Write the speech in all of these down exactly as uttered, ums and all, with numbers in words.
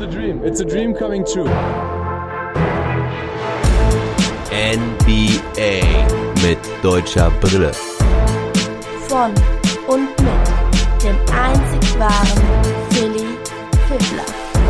a dream. It's a dream coming true. N B A mit deutscher Brille. Von und mit dem einzig wahren Philly Fiddler.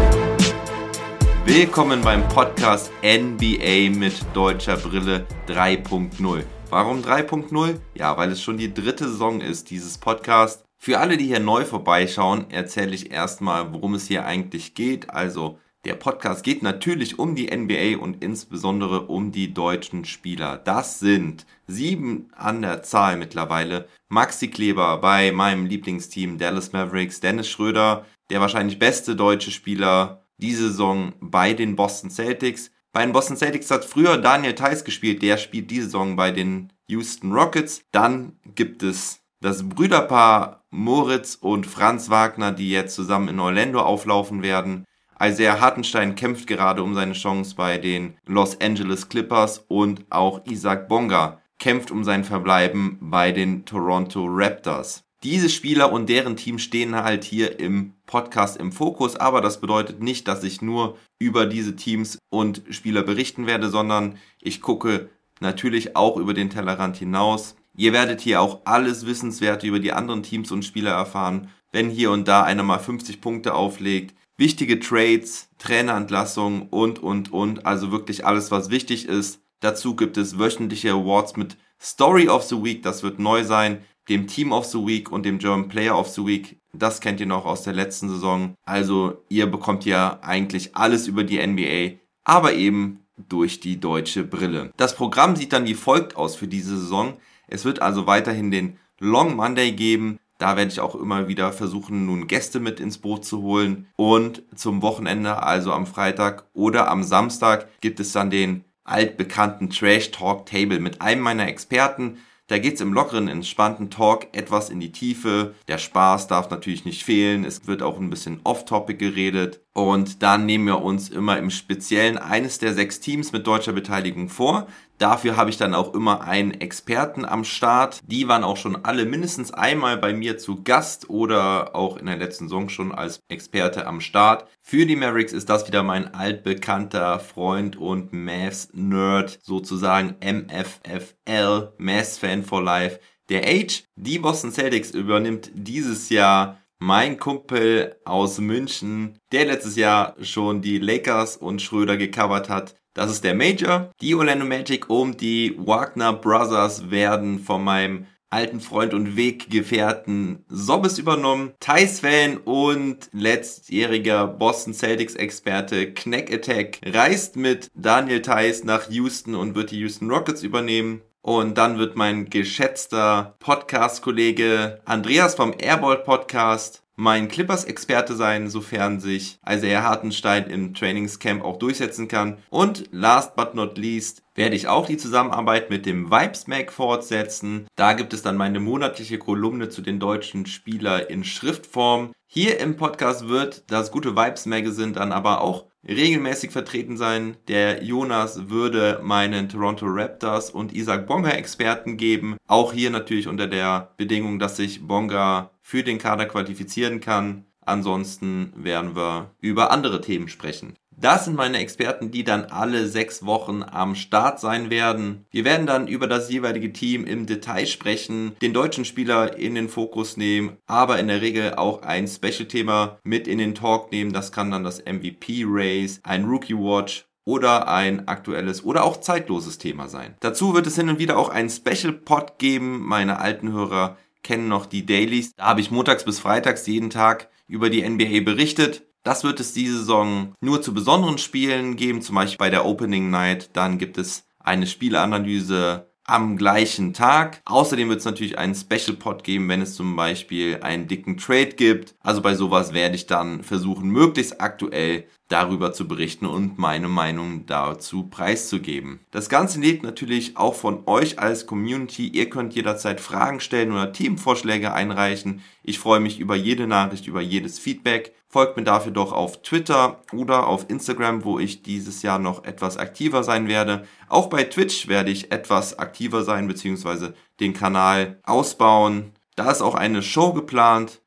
Willkommen beim Podcast N B A mit deutscher Brille drei Punkt null. Warum drei Punkt null? Ja, weil es schon die dritte Saison ist, dieses Podcast. Für alle, die hier neu vorbeischauen, erzähle ich erstmal, worum es hier eigentlich geht. Also, der Podcast geht natürlich um die N B A und insbesondere um die deutschen Spieler. Das sind sieben an der Zahl mittlerweile. Maxi Kleber bei meinem Lieblingsteam Dallas Mavericks, Dennis Schröder, der wahrscheinlich beste deutsche Spieler diese Saison bei den Boston Celtics. Bei den Boston Celtics hat früher Daniel Theis gespielt, der spielt diese Saison bei den Houston Rockets. Dann gibt es das Brüderpaar Moritz und Franz Wagner, die jetzt zusammen in Orlando auflaufen werden. Isaiah Hartenstein kämpft gerade um seine Chance bei den Los Angeles Clippers und auch Isaac Bonga kämpft um sein Verbleiben bei den Toronto Raptors. Diese Spieler und deren Team stehen halt hier im Podcast im Fokus, aber das bedeutet nicht, dass ich nur über diese Teams und Spieler berichten werde, sondern ich gucke natürlich auch über den Tellerrand hinaus. Ihr werdet hier auch alles Wissenswerte über die anderen Teams und Spieler erfahren, wenn hier und da einer mal fünfzig Punkte auflegt. Wichtige Trades, Trainerentlassungen und, und, und. Also wirklich alles, was wichtig ist. Dazu gibt es wöchentliche Awards mit Story of the Week, das wird neu sein, dem Team of the Week und dem German Player of the Week. Das kennt ihr noch aus der letzten Saison. Also ihr bekommt ja eigentlich alles über die N B A, aber eben durch die deutsche Brille. Das Programm sieht dann wie folgt aus für diese Saison. Es wird also weiterhin den Long Monday geben. Da werde ich auch immer wieder versuchen, nun Gäste mit ins Boot zu holen. Und zum Wochenende, also am Freitag oder am Samstag, gibt es dann den altbekannten Trash Talk Table mit einem meiner Experten. Da geht's im lockeren, entspannten Talk etwas in die Tiefe. Der Spaß darf natürlich nicht fehlen. Es wird auch ein bisschen off-topic geredet. Und dann nehmen wir uns immer im Speziellen eines der sechs Teams mit deutscher Beteiligung vor. Dafür habe ich dann auch immer einen Experten am Start. Die waren auch schon alle mindestens einmal bei mir zu Gast oder auch in der letzten Saison schon als Experte am Start. Für die Mavericks ist das wieder mein altbekannter Freund und Mavs-Nerd, sozusagen M F F L, Mavs-Fan for Life, der H. Die Boston Celtics übernimmt dieses Jahr mein Kumpel aus München, der letztes Jahr schon die Lakers und Schröder gecovert hat. Das ist der Major. Die Orlando Magic um die Wagner Brothers werden von meinem alten Freund und Weggefährten Sobbes übernommen. Theis-Fan und letztjähriger Boston Celtics-Experte Knack Attack reist mit Daniel Theis nach Houston und wird die Houston Rockets übernehmen. Und dann wird mein geschätzter Podcast-Kollege Andreas vom Airball-Podcast mein Clippers-Experte sein, sofern sich Isaiah Hartenstein im Trainingscamp auch durchsetzen kann. Und last but not least werde ich auch die Zusammenarbeit mit dem Vibes-Mag fortsetzen. Da gibt es dann meine monatliche Kolumne zu den deutschen Spielern in Schriftform. Hier im Podcast wird das gute Vibes-Magazine dann aber auch regelmäßig vertreten sein. Der Jonas würde meinen Toronto Raptors und Isaac Bonga Experten geben. Auch hier natürlich unter der Bedingung, dass sich Bonga für den Kader qualifizieren kann. Ansonsten werden wir über andere Themen sprechen. Das sind meine Experten, die dann alle sechs Wochen am Start sein werden. Wir werden dann über das jeweilige Team im Detail sprechen, den deutschen Spieler in den Fokus nehmen, aber in der Regel auch ein Special-Thema mit in den Talk nehmen. Das kann dann das M V P-Race, ein Rookie-Watch oder ein aktuelles oder auch zeitloses Thema sein. Dazu wird es hin und wieder auch einen Special-Pod geben. Meine alten Hörer kennen noch die Dailies. Da habe ich montags bis freitags jeden Tag über die N B A berichtet. Das wird es diese Saison nur zu besonderen Spielen geben, zum Beispiel bei der Opening Night. Dann gibt es eine Spielanalyse am gleichen Tag. Außerdem wird es natürlich einen Special Pod geben, wenn es zum Beispiel einen dicken Trade gibt. Also bei sowas werde ich dann versuchen, möglichst aktuell darüber zu berichten und meine Meinung dazu preiszugeben. Das Ganze lebt natürlich auch von euch als Community. Ihr könnt jederzeit Fragen stellen oder Themenvorschläge einreichen. Ich freue mich über jede Nachricht, über jedes Feedback. Folgt mir dafür doch auf Twitter oder auf Instagram, wo ich dieses Jahr noch etwas aktiver sein werde. Auch bei Twitch werde ich etwas aktiver sein bzw. den Kanal ausbauen. Da ist auch eine Show geplant.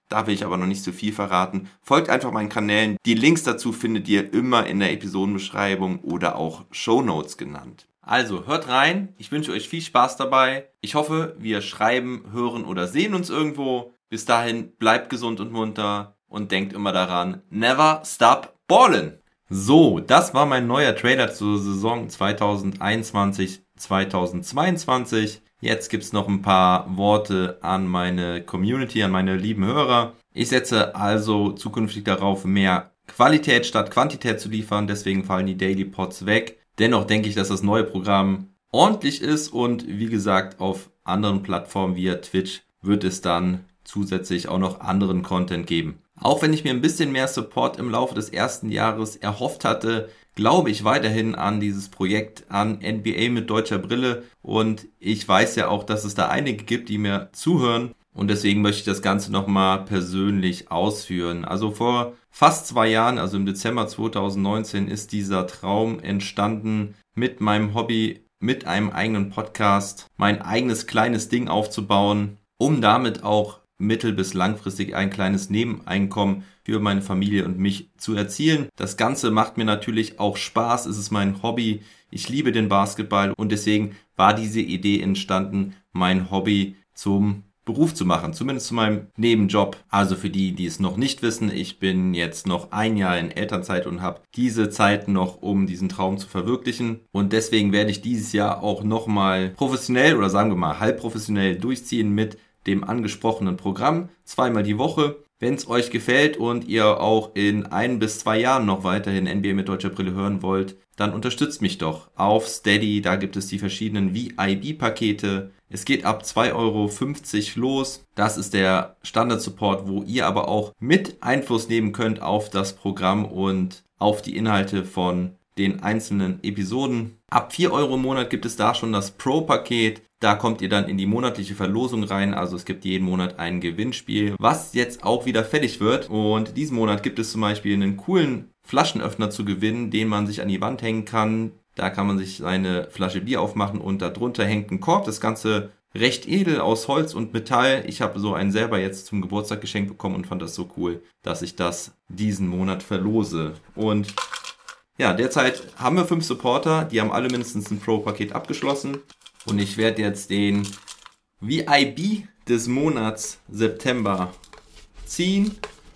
Da will ich aber noch nicht so viel verraten. Folgt einfach meinen Kanälen. Die Links dazu findet ihr immer in der Episodenbeschreibung oder auch Shownotes genannt. Also hört rein. Ich wünsche euch viel Spaß dabei. Ich hoffe, wir schreiben, hören oder sehen uns irgendwo. Bis dahin bleibt gesund und munter und denkt immer daran, never stop ballin'. So, das war mein neuer Trailer zur Saison zwanzig einundzwanzig zwanzig zweiundzwanzig. Jetzt gibt's noch ein paar Worte an meine Community, an meine lieben Hörer. Ich setze also zukünftig darauf, mehr Qualität statt Quantität zu liefern. Deswegen fallen die Daily Pods weg. Dennoch denke ich, dass das neue Programm ordentlich ist. Und wie gesagt, auf anderen Plattformen wie Twitch wird es dann zusätzlich auch noch anderen Content geben. Auch wenn ich mir ein bisschen mehr Support im Laufe des ersten Jahres erhofft hatte, glaube ich weiterhin an dieses Projekt, an N B A mit deutscher Brille. Und ich weiß ja auch, dass es da einige gibt, die mir zuhören. Und deswegen möchte ich das Ganze nochmal persönlich ausführen. Also vor fast zwei Jahren, also im Dezember zwanzig neunzehn, ist dieser Traum entstanden, mit meinem Hobby, mit einem eigenen Podcast, mein eigenes kleines Ding aufzubauen, um damit auch mittel- bis langfristig ein kleines Nebeneinkommen für meine Familie und mich zu erzielen. Das Ganze macht mir natürlich auch Spaß, es ist mein Hobby, ich liebe den Basketball und deswegen war diese Idee entstanden, mein Hobby zum Beruf zu machen, zumindest zu meinem Nebenjob. Also für die, die es noch nicht wissen, ich bin jetzt noch ein Jahr in Elternzeit und habe diese Zeit noch, um diesen Traum zu verwirklichen. Und deswegen werde ich dieses Jahr auch nochmal professionell oder sagen wir mal halb professionell durchziehen mit dem angesprochenen Programm, zweimal die Woche. Wenn es euch gefällt und ihr auch in ein bis zwei Jahren noch weiterhin N B A mit deutscher Brille hören wollt, dann unterstützt mich doch auf Steady. Da gibt es die verschiedenen V I B-Pakete. Es geht ab zwei Euro fünfzig los. Das ist der Standard-Support, wo ihr aber auch mit Einfluss nehmen könnt auf das Programm und auf die Inhalte von den einzelnen Episoden. Ab vier Euro im Monat gibt es da schon das Pro-Paket. Da kommt ihr dann in die monatliche Verlosung rein. Also es gibt jeden Monat ein Gewinnspiel, was jetzt auch wieder fällig wird. Und diesen Monat gibt es zum Beispiel einen coolen Flaschenöffner zu gewinnen, den man sich an die Wand hängen kann. Da kann man sich seine Flasche Bier aufmachen und darunter hängt ein Korb. Das Ganze recht edel aus Holz und Metall. Ich habe so einen selber jetzt zum Geburtstag geschenkt bekommen und fand das so cool, dass ich das diesen Monat verlose. Und ja, derzeit haben wir fünf Supporter, die haben alle mindestens ein Pro-Paket abgeschlossen. Und ich werde jetzt den V I B des Monats September ziehen.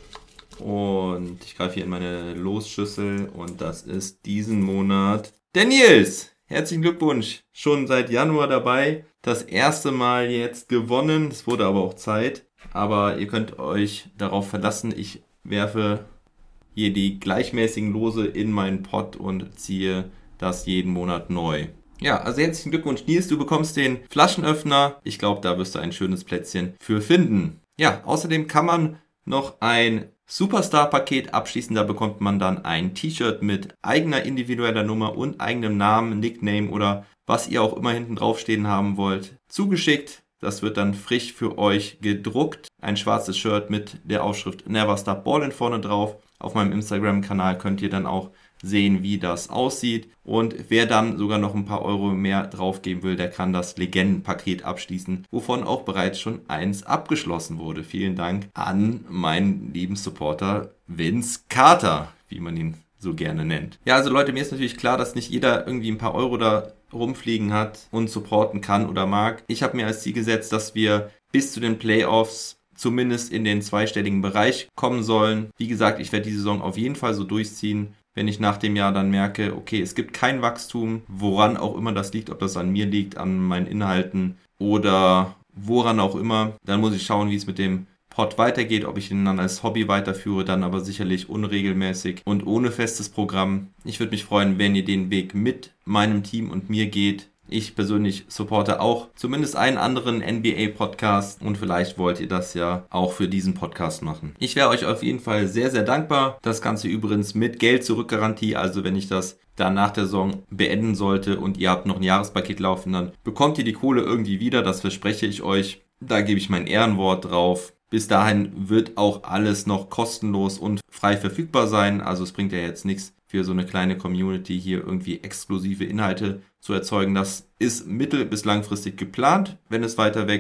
Und ich greife hier in meine Losschüssel und das ist diesen Monat der Nils. Herzlichen Glückwunsch, schon seit Januar dabei. Das erste Mal jetzt gewonnen, es wurde aber auch Zeit. Aber ihr könnt euch darauf verlassen, ich werfe hier die gleichmäßigen Lose in meinen Pot und ziehe das jeden Monat neu. Ja, also herzlichen Glückwunsch Nils, du bekommst den Flaschenöffner. Ich glaube, da wirst du ein schönes Plätzchen für finden. Ja, außerdem kann man noch ein Superstar-Paket abschließen. Da bekommt man dann ein T-Shirt mit eigener individueller Nummer und eigenem Namen, Nickname oder was ihr auch immer hinten draufstehen haben wollt, zugeschickt. Das wird dann frisch für euch gedruckt. Ein schwarzes Shirt mit der Aufschrift Never Stop Ballin' vorne drauf. Auf meinem Instagram-Kanal könnt ihr dann auch sehen, wie das aussieht. Und wer dann sogar noch ein paar Euro mehr draufgeben will, der kann das Legenden-Paket abschließen, wovon auch bereits schon eins abgeschlossen wurde. Vielen Dank an meinen lieben Supporter Vince Carter, wie man ihn so gerne nennt. Ja, also Leute, mir ist natürlich klar, dass nicht jeder irgendwie ein paar Euro da rumfliegen hat und supporten kann oder mag. Ich habe mir als Ziel gesetzt, dass wir bis zu den Playoffs zumindest in den zweistelligen Bereich kommen sollen. Wie gesagt, ich werde die Saison auf jeden Fall so durchziehen. Wenn ich nach dem Jahr dann merke, okay, es gibt kein Wachstum, woran auch immer das liegt, ob das an mir liegt, an meinen Inhalten oder woran auch immer, dann muss ich schauen, wie es mit dem Pod weitergeht, ob ich ihn dann als Hobby weiterführe, dann aber sicherlich unregelmäßig und ohne festes Programm. Ich würde mich freuen, wenn ihr den Weg mit meinem Team und mir geht. Ich persönlich supporte auch zumindest einen anderen N B A-Podcast und vielleicht wollt ihr das ja auch für diesen Podcast machen. Ich wäre euch auf jeden Fall sehr, sehr dankbar. Das Ganze übrigens mit Geld-Zurück-Garantie, also wenn ich das dann nach der Saison beenden sollte und ihr habt noch ein Jahrespaket laufen, dann bekommt ihr die Kohle irgendwie wieder, das verspreche ich euch. Da gebe ich mein Ehrenwort drauf. Bis dahin wird auch alles noch kostenlos und frei verfügbar sein, also es bringt ja jetzt nichts für so eine kleine Community hier irgendwie exklusive Inhalte zu erzeugen. Das ist mittel- bis langfristig geplant, wenn es weiter wächst.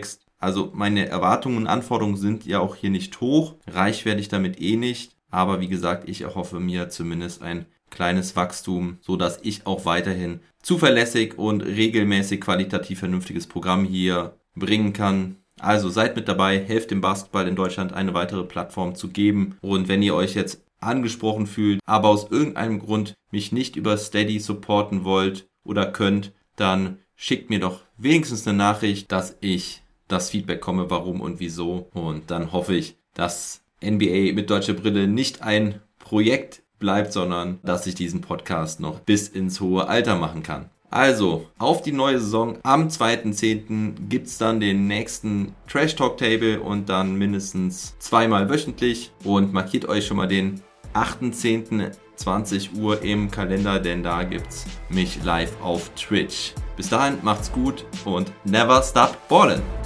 Also meine Erwartungen und Anforderungen sind ja auch hier nicht hoch. Reich werde ich damit eh nicht. Aber wie gesagt, ich erhoffe mir zumindest ein kleines Wachstum, sodass ich auch weiterhin zuverlässig und regelmäßig qualitativ vernünftiges Programm hier bringen kann. Also seid mit dabei, helft dem Basketball in Deutschland eine weitere Plattform zu geben. Und wenn ihr euch jetzt angesprochen fühlt, aber aus irgendeinem Grund mich nicht über Steady supporten wollt oder könnt, dann schickt mir doch wenigstens eine Nachricht, dass ich das Feedback komme, warum und wieso. Und dann hoffe ich, dass N B A mit deutscher Brille nicht ein Projekt bleibt, sondern dass ich diesen Podcast noch bis ins hohe Alter machen kann. Also, auf die neue Saison. Am zweiten zehnten gibt es dann den nächsten Trash Talk Table und dann mindestens zweimal wöchentlich. Und markiert euch schon mal den achten zehnten zwanzig Uhr im Kalender, denn da gibt's mich live auf Twitch. Bis dahin, macht's gut und never stop ballin'!